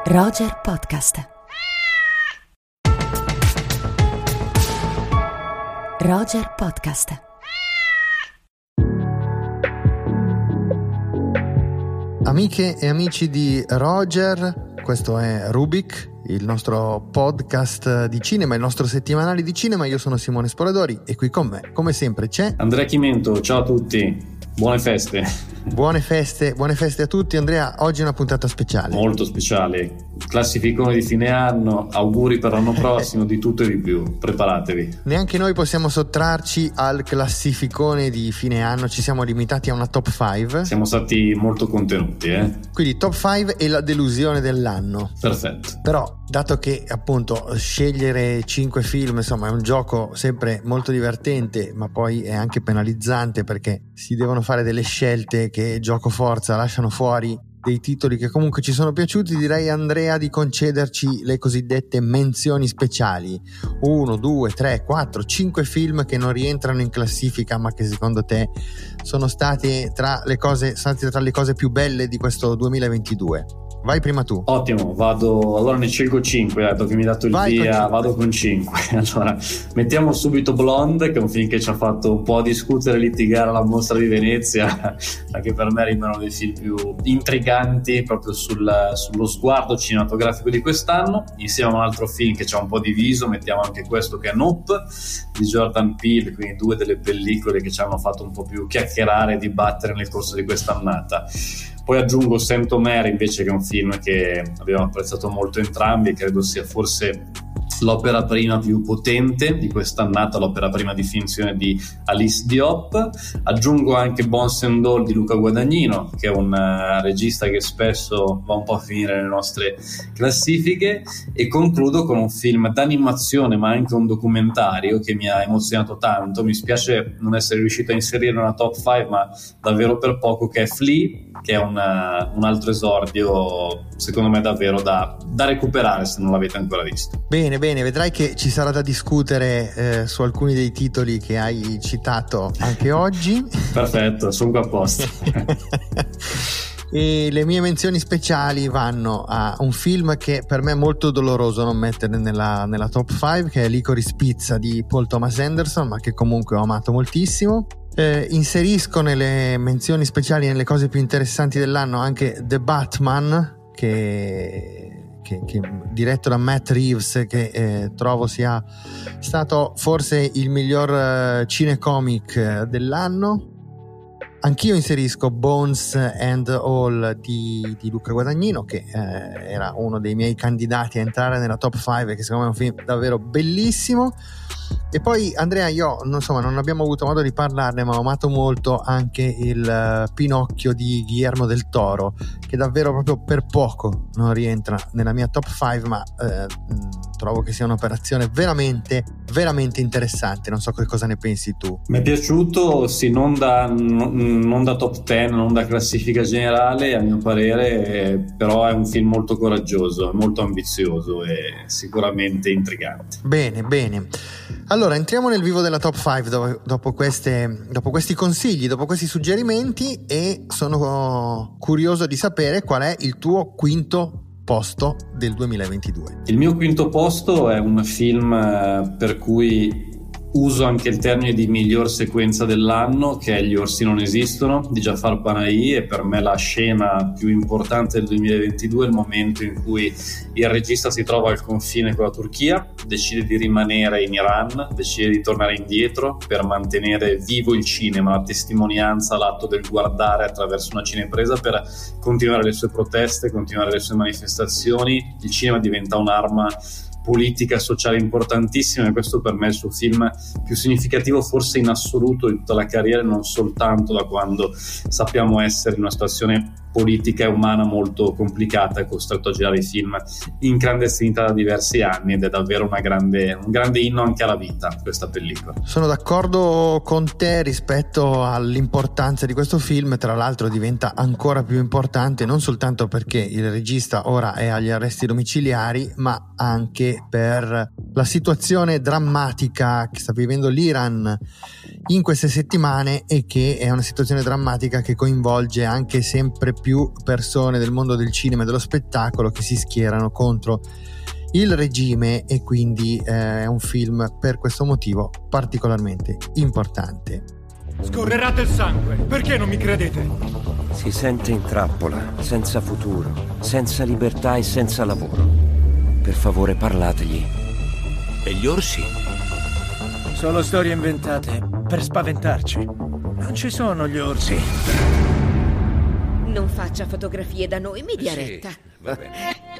Roger Podcast. Roger Podcast. Amiche e amici di Roger, questo è Rubik, il nostro podcast di cinema, il nostro settimanale di cinema. Io sono Simone Sporadori e qui con me, come sempre, c'è Andrea Chimento. Ciao a tutti, buone feste. Buone feste a tutti. Andrea, oggi è una puntata speciale. Molto speciale, classificone di fine anno, auguri per l'anno prossimo, di tutto e di più, preparatevi. Neanche noi possiamo sottrarci al classificone di fine anno, ci siamo limitati a una top 5. Siamo stati molto contenuti, Quindi top 5 e la delusione dell'anno. Perfetto. Però, dato che appunto scegliere 5 film, insomma, è un gioco sempre molto divertente, ma poi è anche penalizzante perché si devono fare delle scelte che gioco forza lasciano fuori dei titoli che comunque ci sono piaciuti, direi, Andrea, di concederci le cosiddette menzioni speciali. 1, 2, 3, 4, 5 film che non rientrano in classifica ma che secondo te sono stati tra le cose più belle di questo 2022. Vai prima tu. Ottimo, allora ne scelgo 5, dato che mi hai dato il via, vado con 5. Allora, mettiamo subito Blonde, che è un film che ci ha fatto un po' discutere e litigare alla Mostra di Venezia, che per me rimangono dei film più intriganti proprio sullo sguardo cinematografico di quest'anno. Insieme a un altro film che ci ha un po' diviso, mettiamo anche questo, che è Nope di Jordan Peele, quindi due delle pellicole che ci hanno fatto un po' più chiacchierare e dibattere nel corso di quest'annata. Poi aggiungo Saint Omer invece, che è un film che abbiamo apprezzato molto entrambi e credo sia forse l'opera prima più potente di quest'annata, l'opera prima di finzione di Alice Diop. Aggiungo anche Bones and All di Luca Guadagnino, che è un regista che spesso va un po' a finire nelle nostre classifiche, e concludo con un film d'animazione ma anche un documentario che mi ha emozionato tanto. Mi spiace non essere riuscito a inserire una top 5, ma davvero per poco, che è Flea, che è un altro esordio secondo me davvero da recuperare se non l'avete ancora visto. Bene, vedrai che ci sarà da discutere su alcuni dei titoli che hai citato anche oggi. Perfetto, sono qua a posto. E le mie menzioni speciali vanno a un film che per me è molto doloroso non mettere nella top 5, che è Licorice Pizza di Paul Thomas Anderson, ma che comunque ho amato moltissimo. Inserisco nelle menzioni speciali, nelle cose più interessanti dell'anno, anche The Batman, che diretto da Matt Reeves, che trovo sia stato forse il miglior cinecomic dell'anno. Anch'io inserisco Bones and All di Luca Guadagnino, che era uno dei miei candidati a entrare nella top 5, che secondo me è un film davvero bellissimo. E poi, Andrea, non abbiamo avuto modo di parlarne, ma ho amato molto anche il Pinocchio di Guillermo del Toro, che davvero proprio per poco non rientra nella mia top 5, ma trovo che sia un'operazione veramente, veramente interessante. Non so che cosa ne pensi tu. Mi è piaciuto, sì, non da top 10, non da classifica generale, a mio parere, però è un film molto coraggioso, molto ambizioso e sicuramente intrigante. Bene. Allora, entriamo nel vivo della top 5 dopo questi consigli, dopo questi suggerimenti, e sono curioso di sapere qual è il tuo quinto posto del 2022. Il mio quinto posto è un film per cui uso anche il termine di miglior sequenza dell'anno, che è Gli orsi non esistono di Jafar Panahi. E per me la scena più importante del 2022 è il momento in cui il regista si trova al confine con la Turchia, decide di rimanere in Iran, decide di tornare indietro per mantenere vivo il cinema, la testimonianza, l'atto del guardare attraverso una cinepresa, per continuare le sue proteste, continuare le sue manifestazioni. Il cinema diventa un'arma politica e sociale importantissima, e questo per me è il suo film più significativo forse in assoluto di tutta la carriera, non soltanto da quando sappiamo essere in una situazione politica e umana molto complicata, è costretto a girare i film in clandestinità da diversi anni, ed è davvero un grande inno anche alla vita questa pellicola. Sono d'accordo con te rispetto all'importanza di questo film. Tra l'altro diventa ancora più importante non soltanto perché il regista ora è agli arresti domiciliari, ma anche per la situazione drammatica che sta vivendo l'Iran in queste settimane, e che è una situazione drammatica che coinvolge anche sempre più persone del mondo del cinema e dello spettacolo che si schierano contro il regime, e quindi è un film per questo motivo particolarmente importante. Scorrerà del sangue, perché non mi credete? Si sente in trappola, senza futuro, senza libertà e senza lavoro. Per favore parlategli. E gli orsi? Solo storie inventate per spaventarci. Non ci sono gli orsi. Non faccia fotografie da noi, mi dia retta. Va bene.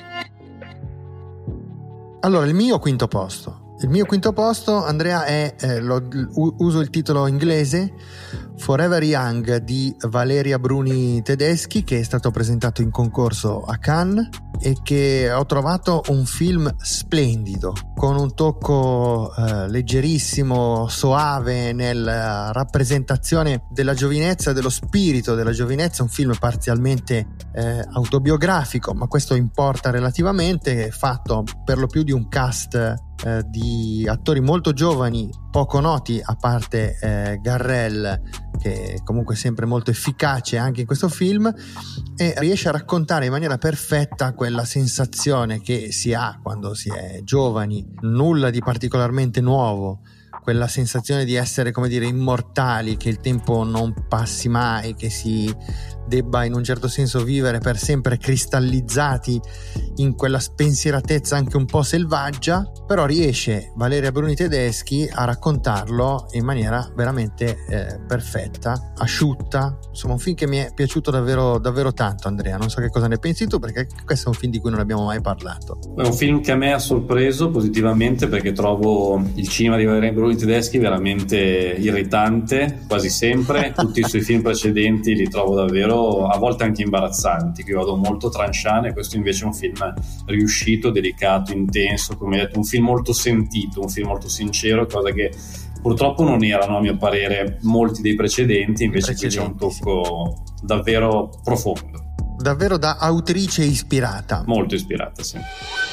Allora, il mio quinto posto, Andrea, è uso il titolo inglese, Forever Young di Valeria Bruni Tedeschi, che è stato presentato in concorso a Cannes e che ho trovato un film splendido, con un tocco leggerissimo, soave nella rappresentazione della giovinezza, dello spirito della giovinezza, un film parzialmente autobiografico, ma questo importa relativamente, fatto per lo più di un cast di attori molto giovani, poco noti, a parte Garrel, che è comunque sempre molto efficace anche in questo film, e riesce a raccontare in maniera perfetta quella sensazione che si ha quando si è giovani, nulla di particolarmente nuovo, quella sensazione di essere, come dire, immortali, che il tempo non passi mai, che si debba in un certo senso vivere per sempre cristallizzati in quella spensieratezza anche un po' selvaggia, però riesce Valeria Bruni Tedeschi a raccontarlo in maniera veramente perfetta, asciutta. Insomma, un film che mi è piaciuto davvero, davvero tanto. Andrea, non so che cosa ne pensi tu, perché questo è un film di cui non abbiamo mai parlato. È un film che a me ha sorpreso positivamente, perché trovo il cinema di Valeria Bruni Tedeschi veramente irritante quasi sempre. Tutti i suoi film precedenti li trovo davvero a volte anche imbarazzanti, qui vado molto tranchant, e questo invece è un film riuscito, delicato, intenso, come hai detto, un film molto sentito, un film molto sincero, cosa che purtroppo non erano, a mio parere, molti dei precedenti. Invece qui c'è un tocco davvero profondo, davvero da autrice ispirata, molto ispirata, sì.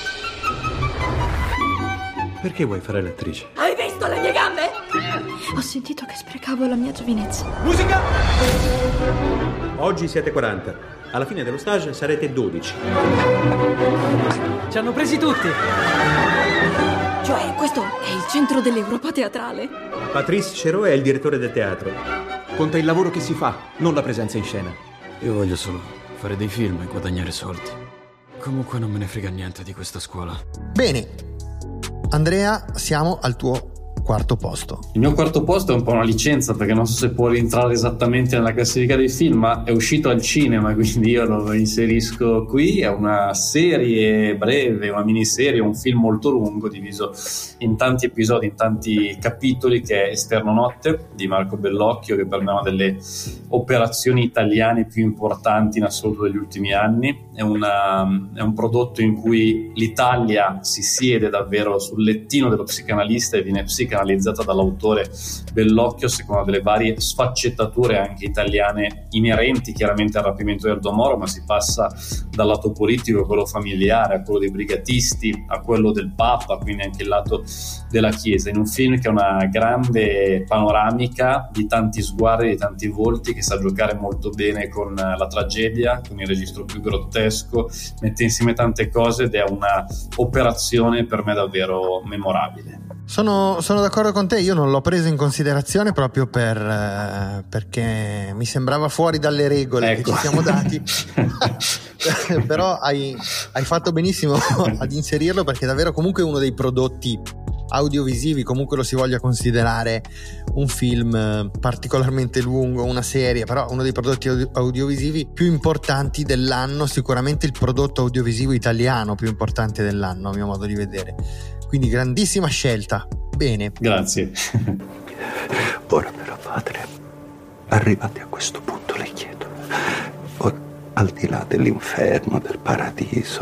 Perché vuoi fare l'attrice? Hai visto le mie gambe? Ho sentito che sprecavo la mia giovinezza. Musica! Oggi siete 40. Alla fine dello stage sarete 12. Ci hanno presi tutti. Cioè, questo è il centro dell'Europa teatrale. Patrice Chéreau è il direttore del teatro. Conta il lavoro che si fa, non la presenza in scena. Io voglio solo fare dei film e guadagnare soldi. Comunque non me ne frega niente di questa scuola. Bene, Andrea, siamo al tuo quarto posto. Il mio quarto posto è un po' una licenza, perché non so se può rientrare esattamente nella classifica dei film, ma è uscito al cinema, quindi io lo inserisco qui. È una serie breve, una miniserie, un film molto lungo, diviso in tanti episodi, in tanti capitoli, che è Esterno Notte di Marco Bellocchio, che per me è una delle operazioni italiane più importanti in assoluto degli ultimi anni. È un prodotto in cui l'Italia si siede davvero sul lettino dello psicanalista e viene psicanalizzata dall'autore Bellocchio, secondo delle varie sfaccettature anche italiane inerenti chiaramente al rapimento di Aldo Moro, ma si passa dal lato politico a quello familiare, a quello dei brigatisti, a quello del Papa, quindi anche il lato della Chiesa, in un film che è una grande panoramica di tanti sguardi, di tanti volti, che sa giocare molto bene con la tragedia, con il registro più grottesco, mette insieme tante cose ed è una operazione per me davvero memorabile. Sono d'accordo con te, io non l'ho preso in considerazione proprio perché mi sembrava fuori dalle regole, ecco, che ci siamo dati. Però hai fatto benissimo ad inserirlo, perché è davvero comunque uno dei prodotti audiovisivi, comunque lo si voglia considerare un film particolarmente lungo, una serie, però uno dei prodotti audiovisivi più importanti dell'anno, sicuramente il prodotto audiovisivo italiano più importante dell'anno, a mio modo di vedere. Quindi grandissima scelta. Bene. Grazie. Ora però, padre, arrivati a questo punto, le chiedo, al di là dell'inferno, del paradiso,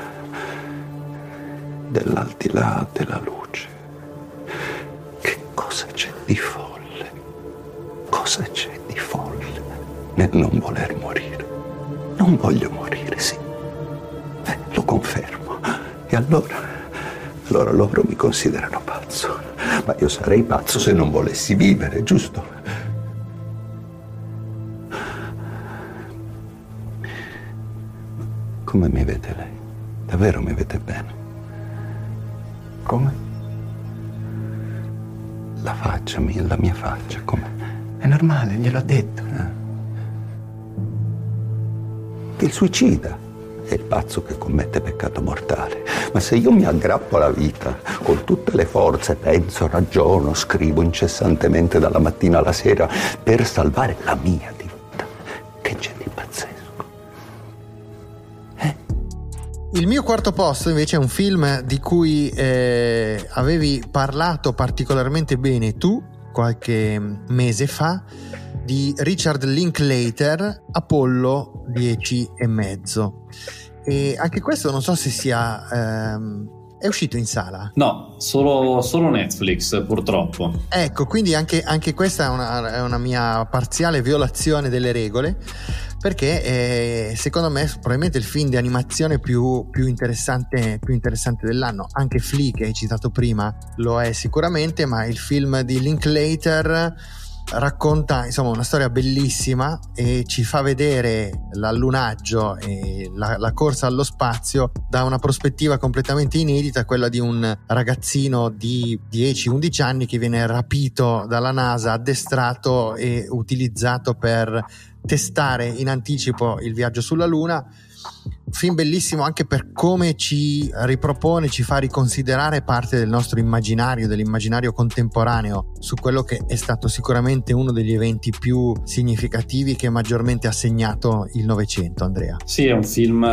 dell'aldilà della luce, che cosa c'è di folle? Cosa c'è di folle nel non voler morire? Non voglio morire, sì. Lo confermo. E allora allora loro mi considerano pazzo. Ma io sarei pazzo se non volessi vivere, giusto? Come mi vede lei? Davvero mi vede bene? Come? La faccia mia, la mia faccia, come? È normale, gliel'ho detto. Il suicida è il pazzo che commette peccato mortale. Ma se io mi aggrappo alla vita con tutte le forze, penso, ragiono, scrivo incessantemente dalla mattina alla sera per salvare la mia vita, che c'è di pazzesco? Il mio quarto posto invece è un film di cui avevi parlato particolarmente bene tu qualche mese fa, di Richard Linklater, Apollo 10,5. E anche questo non so se sia è uscito in sala? No, solo Netflix, purtroppo. Ecco, quindi anche questa è una mia parziale violazione delle regole, perché secondo me probabilmente il film di animazione più interessante dell'anno. Anche Flea, che hai citato prima, lo è sicuramente, ma il film di Linklater racconta insomma una storia bellissima e ci fa vedere l'allunaggio e la corsa allo spazio da una prospettiva completamente inedita, quella di un ragazzino di 10-11 anni che viene rapito dalla NASA, addestrato e utilizzato per testare in anticipo il viaggio sulla Luna. Film bellissimo anche per come ci ripropone, ci fa riconsiderare parte del nostro immaginario, dell'immaginario contemporaneo, su quello che è stato sicuramente uno degli eventi più significativi che maggiormente ha segnato il Novecento. Andrea? Sì, è un film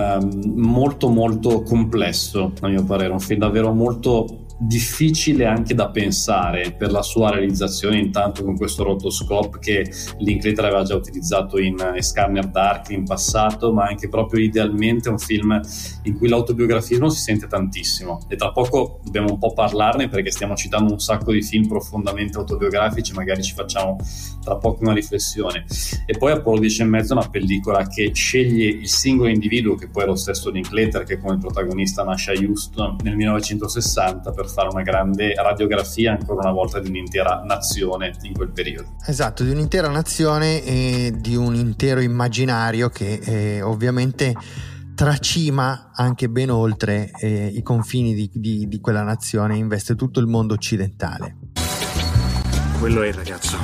molto molto complesso, a mio parere, un film davvero molto difficile anche da pensare per la sua realizzazione, intanto con questo rotoscope che Linklater aveva già utilizzato in Scanner Darkly in passato, ma anche proprio idealmente un film in cui l'autobiografismo si sente tantissimo, e tra poco dobbiamo un po' parlarne perché stiamo citando un sacco di film profondamente autobiografici, magari ci facciamo tra poco una riflessione. E poi Apollo 10,5 è una pellicola che sceglie il singolo individuo, che poi è lo stesso Linklater, che come protagonista nasce a Houston nel 1960 per fare una grande radiografia ancora una volta di un'intera nazione in quel periodo. Esatto, di un'intera nazione e di un intero immaginario che ovviamente tracima anche ben oltre i confini di quella nazione, investe tutto il mondo occidentale. Quello è il ragazzo.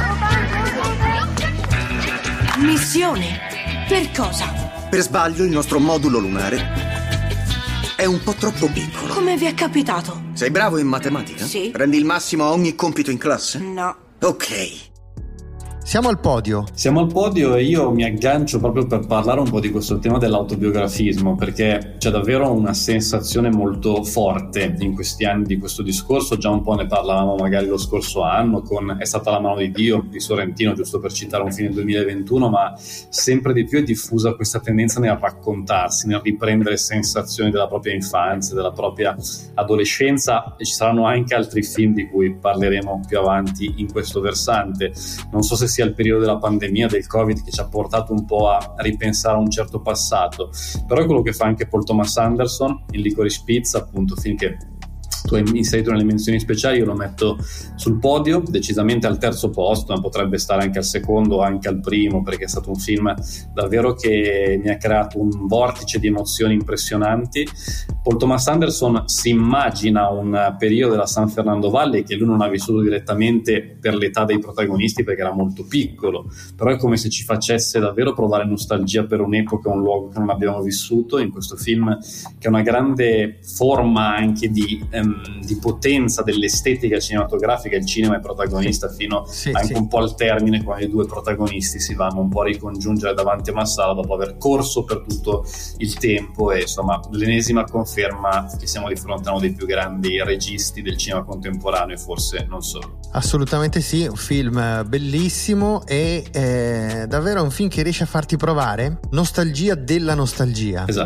Missione? Per cosa? Per sbaglio il nostro modulo lunare è un po' troppo piccolo. Come vi è capitato? Sei bravo in matematica? Sì. Prendi il massimo a ogni compito in classe? No. Ok. Siamo al podio e io mi aggancio proprio per parlare un po' di questo tema dell'autobiografismo, perché c'è davvero una sensazione molto forte in questi anni di questo discorso. Già un po' ne parlavamo magari lo scorso anno con È stata la mano di Dio di Sorrentino, giusto per citare un film del 2021, ma sempre di più è diffusa questa tendenza nel raccontarsi, nel riprendere sensazioni della propria infanzia, della propria adolescenza, e ci saranno anche altri film di cui parleremo più avanti in questo versante. Non so se sia il periodo della pandemia, del Covid, che ci ha portato un po' a ripensare a un certo passato, però è quello che fa anche Paul Thomas Anderson in Licorice Pizza, appunto, film che tu hai inserito nelle menzioni speciali. Io lo metto sul podio, decisamente al terzo posto, ma potrebbe stare anche al secondo o anche al primo, perché è stato un film davvero che mi ha creato un vortice di emozioni impressionanti. Paul Thomas Anderson si immagina un periodo della San Fernando Valley che lui non ha vissuto direttamente per l'età dei protagonisti, perché era molto piccolo, però è come se ci facesse davvero provare nostalgia per un'epoca, un luogo che non abbiamo vissuto in questo film, che è una grande forma anche di potenza dell'estetica cinematografica. Il cinema è protagonista fino anche un po' al termine, quando i due protagonisti si vanno un po' a ricongiungere davanti a una sala dopo aver corso per tutto il tempo. E insomma, l'ennesima conferma che siamo di fronte a uno dei più grandi registi del cinema contemporaneo, e forse non solo. Assolutamente sì, un film bellissimo e davvero un film che riesce a farti provare nostalgia della nostalgia. Esatto.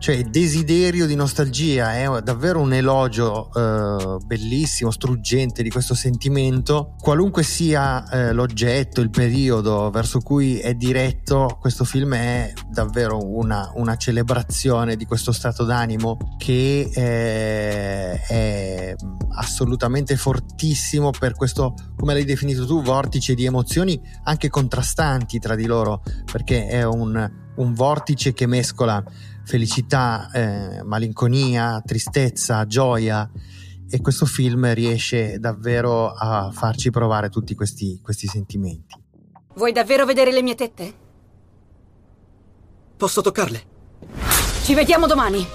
cioè desiderio di nostalgia, è davvero un elogio bellissimo, struggente di questo sentimento. Qualunque sia l'oggetto, il periodo verso cui è diretto, questo film è davvero una celebrazione di questo stato d'animo che è assolutamente fortissimo, per questo, come l'hai definito tu, vortice di emozioni anche contrastanti tra di loro, perché è un vortice che mescola felicità, malinconia, tristezza, gioia, e questo film riesce davvero a farci provare tutti questi sentimenti. Vuoi davvero vedere le mie tette? Posso toccarle? Ci vediamo domani.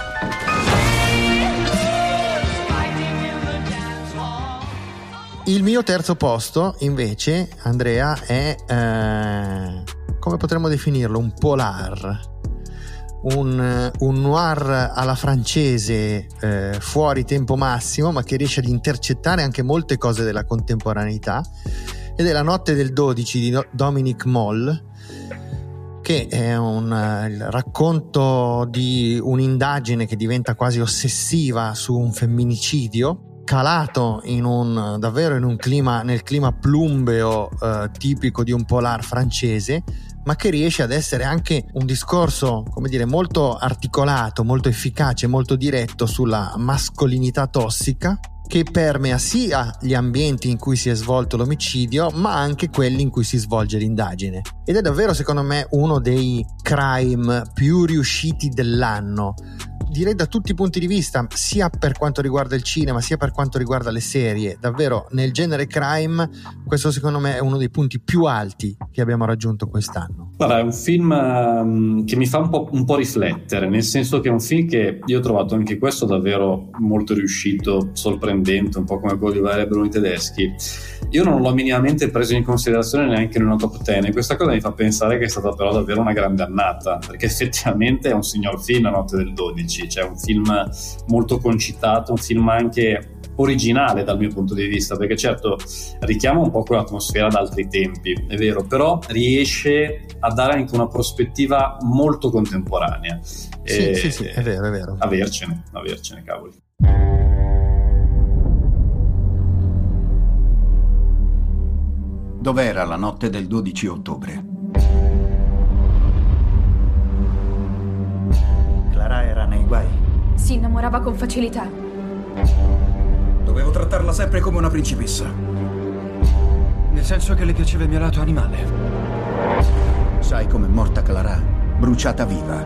Il mio terzo posto, invece, Andrea, è come potremmo definirlo? Un polar. Un noir alla francese, fuori tempo massimo, ma che riesce ad intercettare anche molte cose della contemporaneità, ed è La notte del 12 di Dominic Moll, che è il racconto di un'indagine che diventa quasi ossessiva su un femminicidio, calato davvero nel clima plumbeo tipico di un polar francese, ma che riesce ad essere anche un discorso, come dire, molto articolato, molto efficace, molto diretto sulla mascolinità tossica, che permea sia gli ambienti in cui si è svolto l'omicidio, ma anche quelli in cui si svolge l'indagine. Ed è davvero, secondo me, uno dei crime più riusciti dell'anno, direi da tutti i punti di vista, sia per quanto riguarda il cinema sia per quanto riguarda le serie. Davvero, nel genere crime, questo secondo me è uno dei punti più alti che abbiamo raggiunto quest'anno. Guarda, è un film che mi fa un po' riflettere, nel senso che è un film che io ho trovato anche questo davvero molto riuscito, sorprendente, un po' come quello di Valerio Bruni Tedeschi. Io non l'ho minimamente preso in considerazione neanche in una top 10, e questa cosa mi fa pensare che è stata però davvero una grande annata, perché effettivamente è un signor film, La notte del 12, cioè un film molto concitato, un film anche originale dal mio punto di vista, perché certo richiama un po' quell'atmosfera da altri tempi, è vero, però riesce a dare anche una prospettiva molto contemporanea. Sì, è vero. Avercene, cavoli. Dov'era la notte del 12 ottobre? Clara era nei guai. Si innamorava con facilità. Dovevo trattarla sempre come una principessa. Nel senso che le piaceva il mio lato animale. Sai com'è morta Clara? Bruciata viva.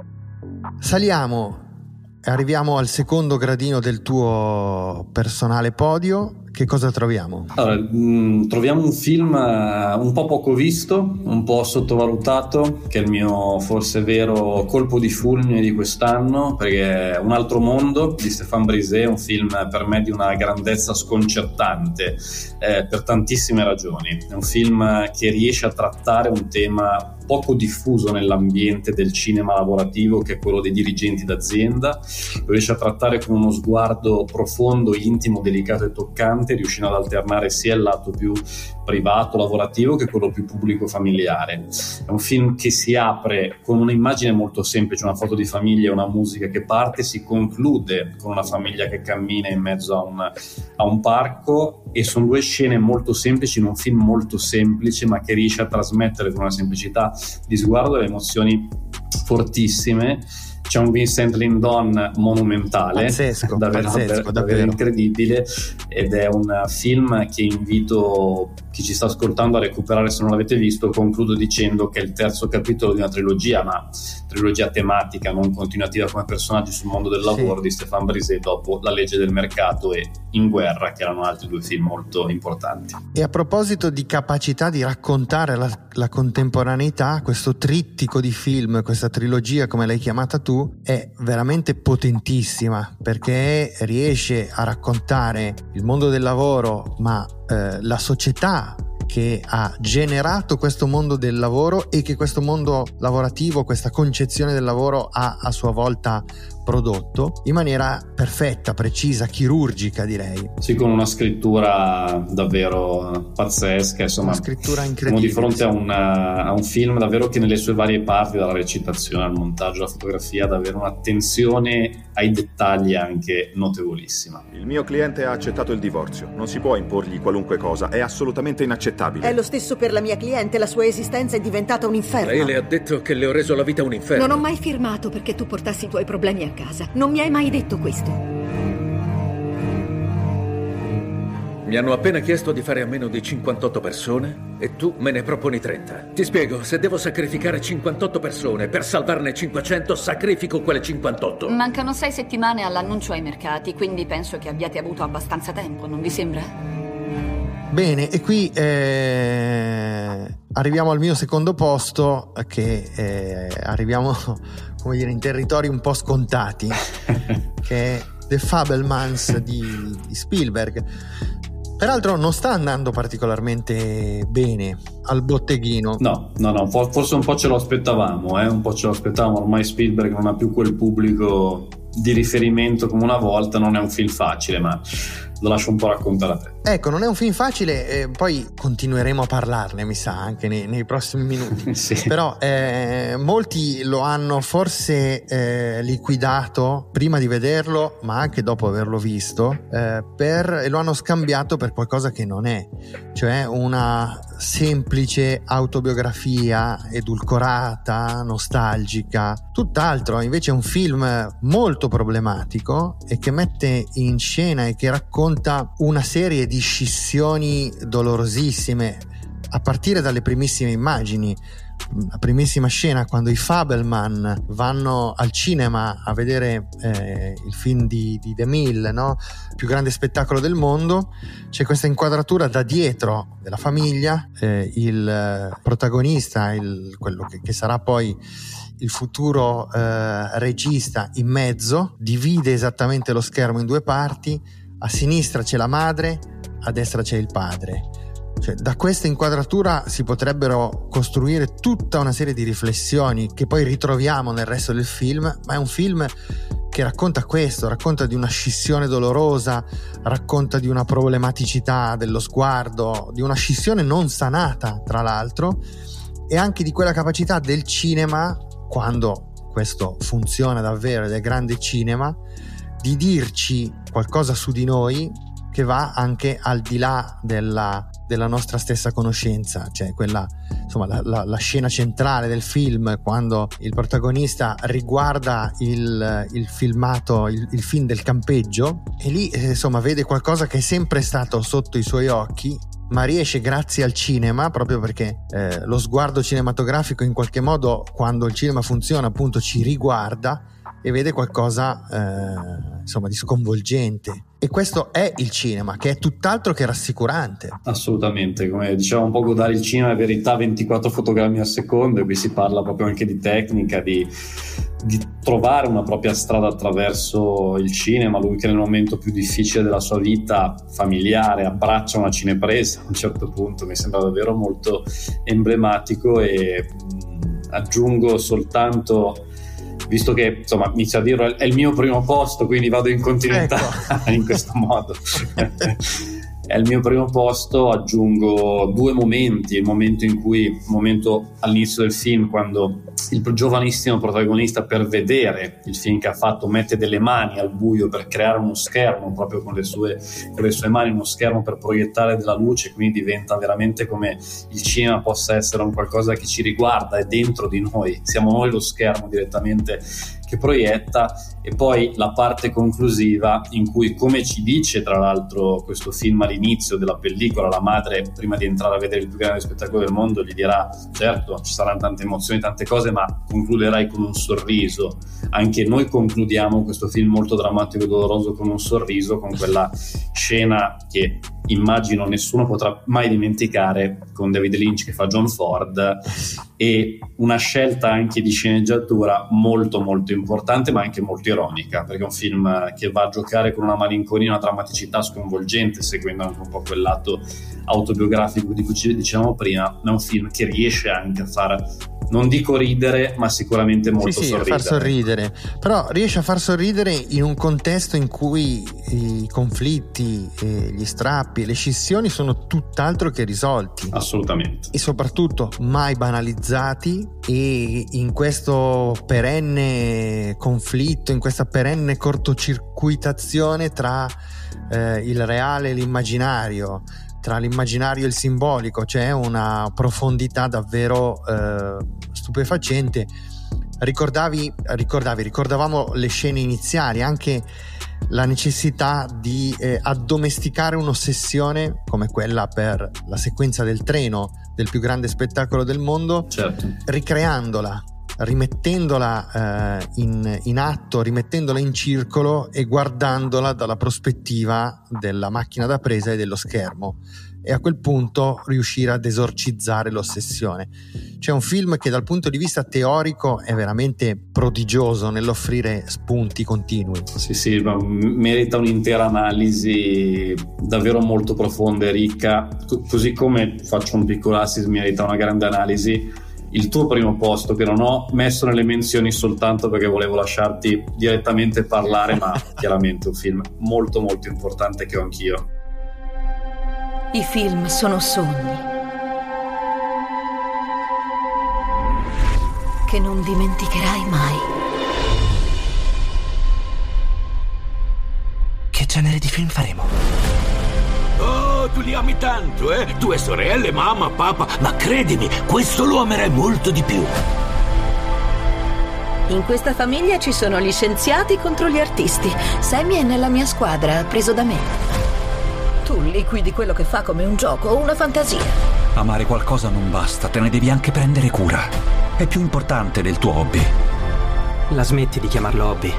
Saliamo e arriviamo al secondo gradino del tuo personale podio. Che cosa troviamo? Allora, troviamo un film un po' poco visto, un po' sottovalutato, che è il mio forse vero colpo di fulmine di quest'anno, perché è Un altro mondo di Stéphane Brisé, un film per me di una grandezza sconcertante per tantissime ragioni. È un film che riesce a trattare un tema poco diffuso nell'ambiente del cinema lavorativo, che è quello dei dirigenti d'azienda. Lo riesce a trattare con uno sguardo profondo, intimo, delicato e toccante, riuscendo ad alternare sia il lato più privato, lavorativo, che quello più pubblico, familiare. È un film che si apre con un'immagine molto semplice, una foto di famiglia e una musica che parte, si conclude con una famiglia che cammina in mezzo a un parco, e sono due scene molto semplici in un film molto semplice, ma che riesce a trasmettere con una semplicità di sguardo le emozioni fortissime. C'è un Vincent Lindon monumentale, pazzesco, davvero incredibile, ed è un film che invito chi ci sta ascoltando a recuperare se non l'avete visto. Concludo dicendo che è il terzo capitolo di una trilogia, ma trilogia tematica, non continuativa come personaggi sul mondo del lavoro, di Stéphane Brisé, dopo La legge del mercato e In guerra, che erano altri due film molto importanti. E a proposito di capacità di raccontare la contemporaneità, questo trittico di film, questa trilogia come l'hai chiamata tu, è veramente potentissima, perché riesce a raccontare il mondo del lavoro, ma la società che ha generato questo mondo del lavoro, e che questo mondo lavorativo, questa concezione del lavoro, ha a sua volta prodotto in maniera perfetta, precisa, chirurgica, direi. Sì, con una scrittura davvero pazzesca, insomma, una scrittura incredibile. Siamo di fronte a un film davvero che nelle sue varie parti, dalla recitazione al montaggio, alla fotografia, davvero un'attenzione ai dettagli anche notevolissima. Il mio cliente ha accettato il divorzio, non si può imporgli qualunque cosa, è assolutamente inaccettabile. È lo stesso per la mia cliente, la sua esistenza è diventata un inferno. Lei le ha detto che le ho reso la vita un inferno. Non ho mai firmato perché tu portassi i tuoi problemi a casa. Non mi hai mai detto questo. Mi hanno appena chiesto di fare a meno di 58 persone e tu me ne proponi 30. Ti spiego, se devo sacrificare 58 persone per salvarne 500, sacrifico quelle 58. Mancano 6 settimane all'annuncio ai mercati, quindi penso che abbiate avuto abbastanza tempo, non vi sembra? Bene, e qui arriviamo al mio secondo posto, che arriviamo, come dire, in territori un po' scontati, che è The Fabelmans di Spielberg. Peraltro non sta andando particolarmente bene al botteghino. No, forse un po' ce lo aspettavamo, ormai Spielberg non ha più quel pubblico di riferimento come una volta, non è un film facile, ma lo lascio un po' raccontare a te. Ecco, non è un film facile, poi continueremo a parlarne, mi sa, anche nei prossimi minuti. Sì. Però molti lo hanno forse liquidato prima di vederlo, ma anche dopo averlo visto, e lo hanno scambiato per qualcosa che non è, cioè una semplice autobiografia edulcorata, nostalgica, tutt'altro. Invece è un film molto problematico e che mette in scena e che racconta una serie di scissioni dolorosissime, a partire dalle primissime immagini. La primissima scena, quando i Fabelman vanno al cinema a vedere il film di DeMille, no? Il più grande spettacolo del mondo. C'è questa inquadratura da dietro della famiglia, il protagonista, quello che sarà poi il futuro regista, in mezzo, divide esattamente lo schermo in due parti. A sinistra c'è la madre, a destra c'è il padre. Cioè, da questa inquadratura si potrebbero costruire tutta una serie di riflessioni che poi ritroviamo nel resto del film, ma è un film che racconta questo, racconta di una scissione dolorosa, racconta di una problematicità dello sguardo, di una scissione non sanata, tra l'altro, e anche di quella capacità del cinema, quando questo funziona davvero ed è grande cinema, di dirci qualcosa su di noi che va anche al di là della nostra stessa conoscenza. Cioè quella, insomma, la scena centrale del film, quando il protagonista riguarda il filmato, il film del campeggio, e lì insomma vede qualcosa che è sempre stato sotto i suoi occhi, ma riesce, grazie al cinema, proprio perché lo sguardo cinematografico in qualche modo, quando il cinema funziona, appunto ci riguarda e vede qualcosa insomma di sconvolgente. E questo è il cinema, che è tutt'altro che rassicurante. Assolutamente, come diceva un po' Godard, il cinema è verità 24 fotogrammi al secondo, e qui si parla proprio anche di tecnica, di trovare una propria strada attraverso il cinema. Lui che nel momento più difficile della sua vita familiare abbraccia una cinepresa, a un certo punto mi sembra davvero molto emblematico. E aggiungo soltanto, visto che insomma inizio a dirlo, è il mio primo posto, quindi vado in continuità, ecco. In questo modo è il mio primo posto, aggiungo due momenti. Il momento all'inizio del film, quando il giovanissimo protagonista, per vedere il film che ha fatto, mette delle mani al buio per creare uno schermo, proprio con le sue mani, uno schermo per proiettare della luce, quindi diventa veramente come il cinema possa essere un qualcosa che ci riguarda, è dentro di noi, siamo noi lo schermo direttamente che proietta. E poi la parte conclusiva, in cui, come ci dice tra l'altro questo film all'inizio della pellicola, la madre, prima di entrare a vedere il più grande spettacolo del mondo, gli dirà: certo, ci saranno tante emozioni, tante cose, ma concluderai con un sorriso. Anche noi concludiamo questo film molto drammatico e doloroso con un sorriso, con quella scena che immagino nessuno potrà mai dimenticare, con David Lynch che fa John Ford, e una scelta anche di sceneggiatura molto molto importante, ma anche molto ironica, perché è un film che va a giocare con una malinconia, una drammaticità sconvolgente, seguendo anche un po' quel lato autobiografico di cui dicevamo prima, ma è un film che riesce anche a far non dico ridere, ma sicuramente molto sì, sorridere. Far sorridere, però riesce a far sorridere in un contesto in cui i conflitti, gli strappi e le scissioni sono tutt'altro che risolti. Assolutamente. E soprattutto mai banalizzati, e in questo perenne conflitto, in questa perenne cortocircuitazione tra il reale e l'immaginario, tra l'immaginario e il simbolico, c'è una profondità davvero stupefacente. Ricordavamo le scene iniziali, anche la necessità di addomesticare un'ossessione come quella per la sequenza del treno del più grande spettacolo del mondo, certo, ricreandola, rimettendola in atto, rimettendola in circolo e guardandola dalla prospettiva della macchina da presa e dello schermo, e a quel punto riuscire ad esorcizzare l'ossessione. C'è un film che dal punto di vista teorico è veramente prodigioso nell'offrire spunti continui. Sì, ma merita un'intera analisi davvero molto profonda e ricca, così come faccio un piccolo assist, merita una grande analisi il tuo primo posto, che non ho messo nelle menzioni soltanto perché volevo lasciarti direttamente parlare, ma chiaramente un film molto molto importante che ho anch'io. I film sono sogni che non dimenticherai mai. Che genere di film faremo? Oh, tu li ami tanto, eh? Tue sorelle, mamma, papà, ma credimi, questo lo amerai molto di più. In questa famiglia ci sono gli scienziati contro gli artisti. Sammy è nella mia squadra, preso da me. Tu liquidi quello che fa come un gioco o una fantasia. Amare qualcosa non basta, te ne devi anche prendere cura. È più importante del tuo hobby. La smetti di chiamarlo hobby.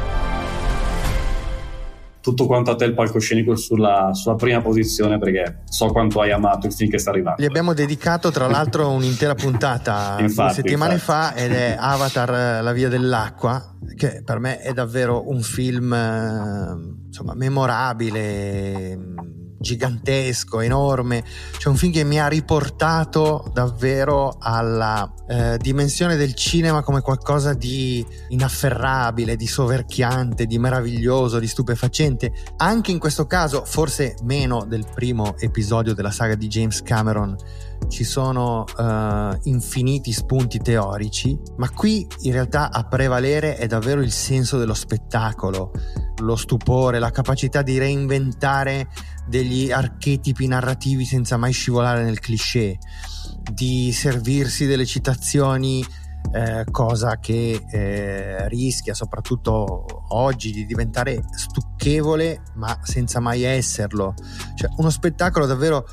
Tutto quanto a te il palcoscenico sulla prima posizione, perché so quanto hai amato il film che sta arrivando. Gli abbiamo dedicato tra l'altro un'intera puntata 2 settimane fa, ed è Avatar, la via dell'acqua, che per me è davvero un film insomma memorabile, gigantesco, enorme. C'è un film che mi ha riportato davvero alla dimensione del cinema come qualcosa di inafferrabile, di soverchiante, di meraviglioso, di stupefacente. Anche in questo caso, forse meno del primo episodio della saga di James Cameron, ci sono infiniti spunti teorici, ma qui in realtà a prevalere è davvero il senso dello spettacolo, lo stupore, la capacità di reinventare degli archetipi narrativi senza mai scivolare nel cliché, di servirsi delle citazioni, cosa che rischia soprattutto oggi di diventare stucchevole ma senza mai esserlo. Cioè uno spettacolo davvero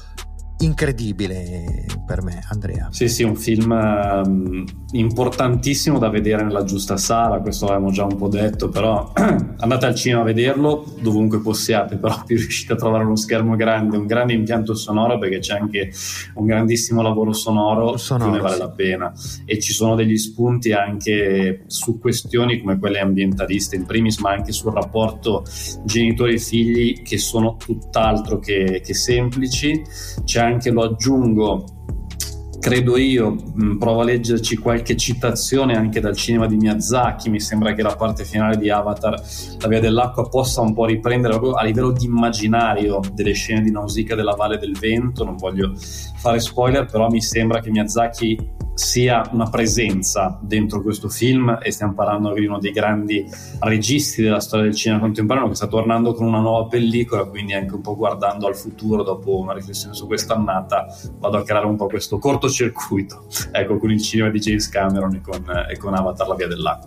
incredibile per me, Andrea. Sì, un film importantissimo da vedere nella giusta sala, questo l'abbiamo già un po' detto, però andate al cinema a vederlo dovunque possiate, però più riuscite a trovare uno schermo grande, un grande impianto sonoro, perché c'è anche un grandissimo lavoro sonoro più ne vale la pena, e ci sono degli spunti anche su questioni come quelle ambientaliste in primis, ma anche sul rapporto genitori e figli, che sono tutt'altro che semplici. C'è anche, lo aggiungo, credo io, provo a leggerci qualche citazione anche dal cinema di Miyazaki. Mi sembra che la parte finale di Avatar, la via dell'acqua, possa un po' riprendere proprio a livello di immaginario delle scene di Nausicaa della Valle del Vento. Non voglio fare spoiler, però mi sembra che Miyazaki sia una presenza dentro questo film, e stiamo parlando di uno dei grandi registi della storia del cinema contemporaneo, che sta tornando con una nuova pellicola, quindi anche un po' guardando al futuro. Dopo una riflessione su quest'annata vado a creare un po' questo cortocircuito, ecco, con il cinema di James Cameron e con Avatar, la via dell'acqua.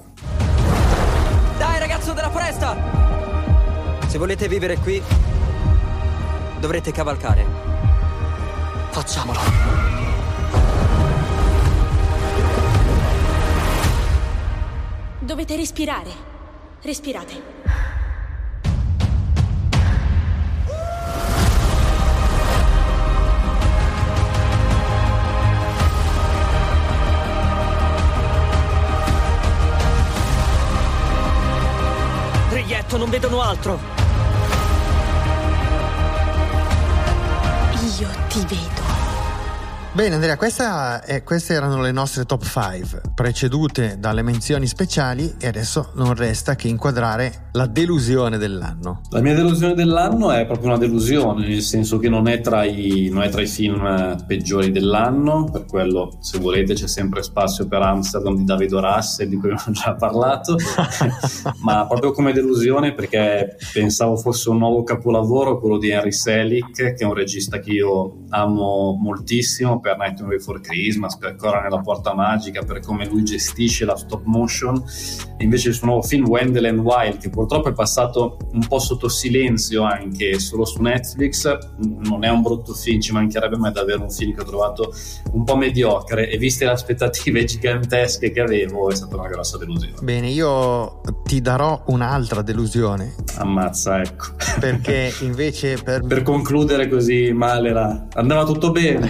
Dai ragazzo della foresta, se volete vivere qui dovrete cavalcare. Facciamolo. Dovete respirare. Respirate. Riglietto, non vedono altro. Io ti vedo. Bene Andrea, queste erano le nostre top 5, precedute dalle menzioni speciali, e adesso non resta che inquadrare la delusione dell'anno. La mia delusione dell'anno è proprio una delusione, nel senso che non è tra i film peggiori dell'anno, per quello se volete c'è sempre spazio per Amsterdam di David O. Russell, di cui abbiamo già parlato, ma proprio come delusione perché pensavo fosse un nuovo capolavoro, quello di Henry Selick, che è un regista che io amo moltissimo, per Nightmare Before Christmas, per Cora nella Porta Magica, per come lui gestisce la stop motion. E invece il suo nuovo film Wendell and Wild, che purtroppo è passato un po' sotto silenzio anche solo su Netflix, non è un brutto film, ci mancherebbe, ma è davvero un film che ho trovato un po' mediocre, e viste le aspettative gigantesche che avevo è stata una grossa delusione. Bene, io ti darò un'altra delusione. Ammazza, ecco. Perché invece per concludere così male andava tutto bene.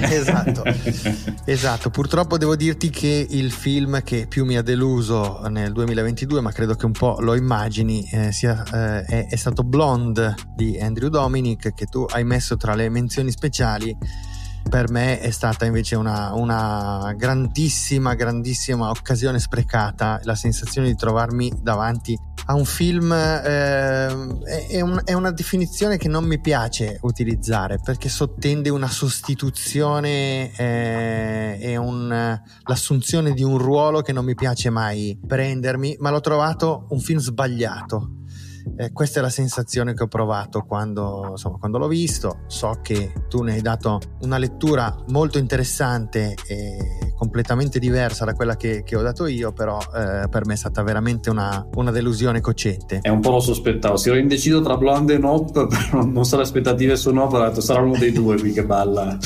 Esatto, purtroppo devo dirti che il film che più mi ha deluso nel 2022, ma credo che un po' lo immagini, è stato Blonde di Andrew Dominik, che tu hai messo tra le menzioni speciali. Per me è stata invece una grandissima occasione sprecata, la sensazione di trovarmi davanti a un film è una definizione che non mi piace utilizzare, perché sottende una sostituzione e l'assunzione di un ruolo che non mi piace mai prendermi, ma l'ho trovato un film sbagliato. Questa è la sensazione che ho provato quando l'ho visto. So che tu ne hai dato una lettura molto interessante e completamente diversa da quella che ho dato io, però per me è stata veramente una delusione cocente. È un po' lo sospettavo, si ero indeciso tra Blonde e Nope, però non so le aspettative su Nope, ho detto sarà uno dei due qui che balla.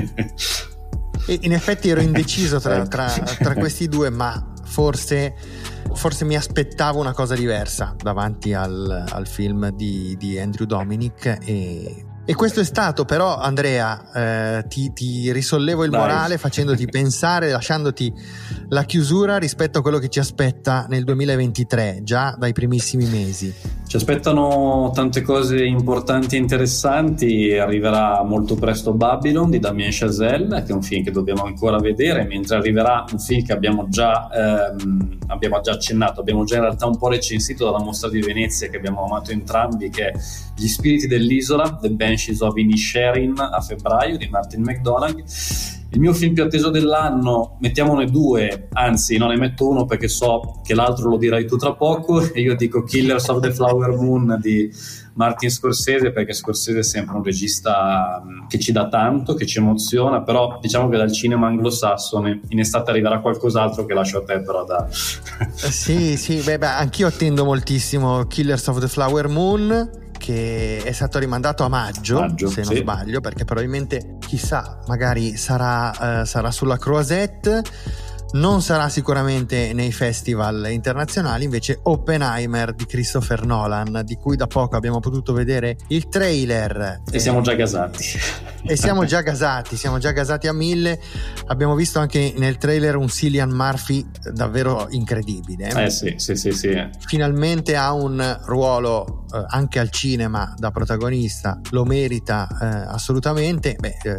E in effetti ero indeciso tra questi due, ma forse mi aspettavo una cosa diversa davanti al film di Andrew Dominik, e questo è stato. Però Andrea, ti risollevo il morale facendoti pensare, lasciandoti la chiusura rispetto a quello che ci aspetta nel 2023, già dai primissimi mesi. Ci aspettano tante cose importanti e interessanti. Arriverà molto presto Babylon di Damien Chazelle, che è un film che dobbiamo ancora vedere, mentre arriverà un film che abbiamo già accennato, abbiamo già in realtà un po' recensito dalla Mostra di Venezia, che abbiamo amato entrambi, che è Gli spiriti dell'isola, The Banshees of Inisherin, a febbraio, di Martin McDonagh. Il mio film più atteso dell'anno, mettiamone due, anzi non ne metto uno perché so che l'altro lo dirai tu tra poco, e io dico Killers of the Flower Moon di Martin Scorsese, perché Scorsese è sempre un regista che ci dà tanto, che ci emoziona, però diciamo che dal cinema anglosassone in estate arriverà qualcos'altro che lascio a te però da... Sì, anch'io attendo moltissimo Killers of the Flower Moon, che è stato rimandato a maggio se non sbaglio, perché probabilmente, chissà, magari sarà sulla Croisette, non sarà sicuramente nei festival internazionali. Invece Oppenheimer di Christopher Nolan, di cui da poco abbiamo potuto vedere il trailer, e siamo già gasati siamo già gasati a 1000. Abbiamo visto anche nel trailer un Cillian Murphy davvero incredibile. Sì. Finalmente ha un ruolo anche al cinema da protagonista, lo merita assolutamente.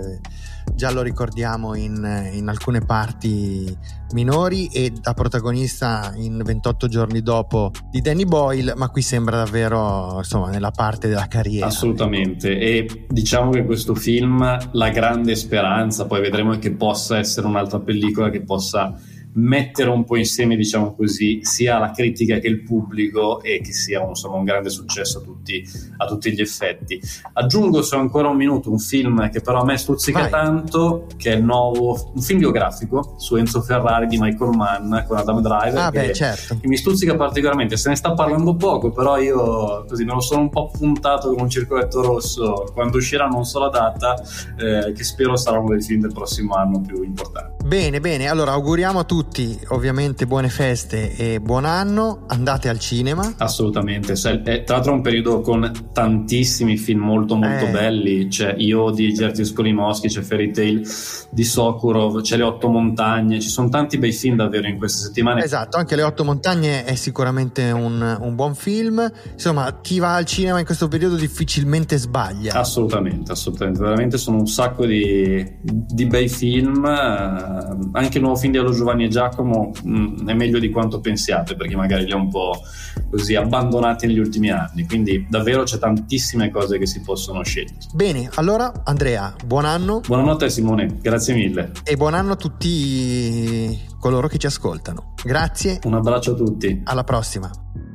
Già lo ricordiamo in alcune parti minori, e da protagonista in 28 giorni dopo di Danny Boyle, ma qui sembra davvero, insomma, nella parte della carriera. Assolutamente. E diciamo che questo film, la grande speranza, poi vedremo che possa essere un'altra pellicola che possa mettere un po' insieme, diciamo così, sia la critica che il pubblico, e che sia un grande successo a tutti gli effetti. Aggiungo, se ho ancora un minuto, un film che però a me stuzzica tanto, che è il nuovo, un film biografico su Enzo Ferrari di Michael Mann con Adam Driver, che mi stuzzica particolarmente. Se ne sta parlando poco, però io così me lo sono un po' puntato con un circoletto rosso. Quando uscirà non so la data, che spero sarà uno dei film del prossimo anno più importanti. Bene, allora auguriamo a tutti ovviamente buone feste e buon anno, andate al cinema. Assolutamente, tra l'altro è un periodo con tantissimi film molto belli, c'è Io di Jerzy Skolimowski, c'è Fairy Tail di Sokurov, c'è Le Otto Montagne, ci sono tanti bei film davvero in queste settimane. Esatto, anche Le Otto Montagne è sicuramente un buon film, insomma chi va al cinema in questo periodo difficilmente sbaglia. Assolutamente, veramente sono un sacco di bei film, anche il nuovo film di Allo Giovanni e Giacomo è meglio di quanto pensiate, perché magari li ho un po' così abbandonati negli ultimi anni, quindi davvero c'è tantissime cose che si possono scegliere. Bene, allora Andrea, buon anno. Buonanotte Simone, grazie mille. E buon anno a tutti coloro che ci ascoltano. Grazie. Un abbraccio a tutti. Alla prossima.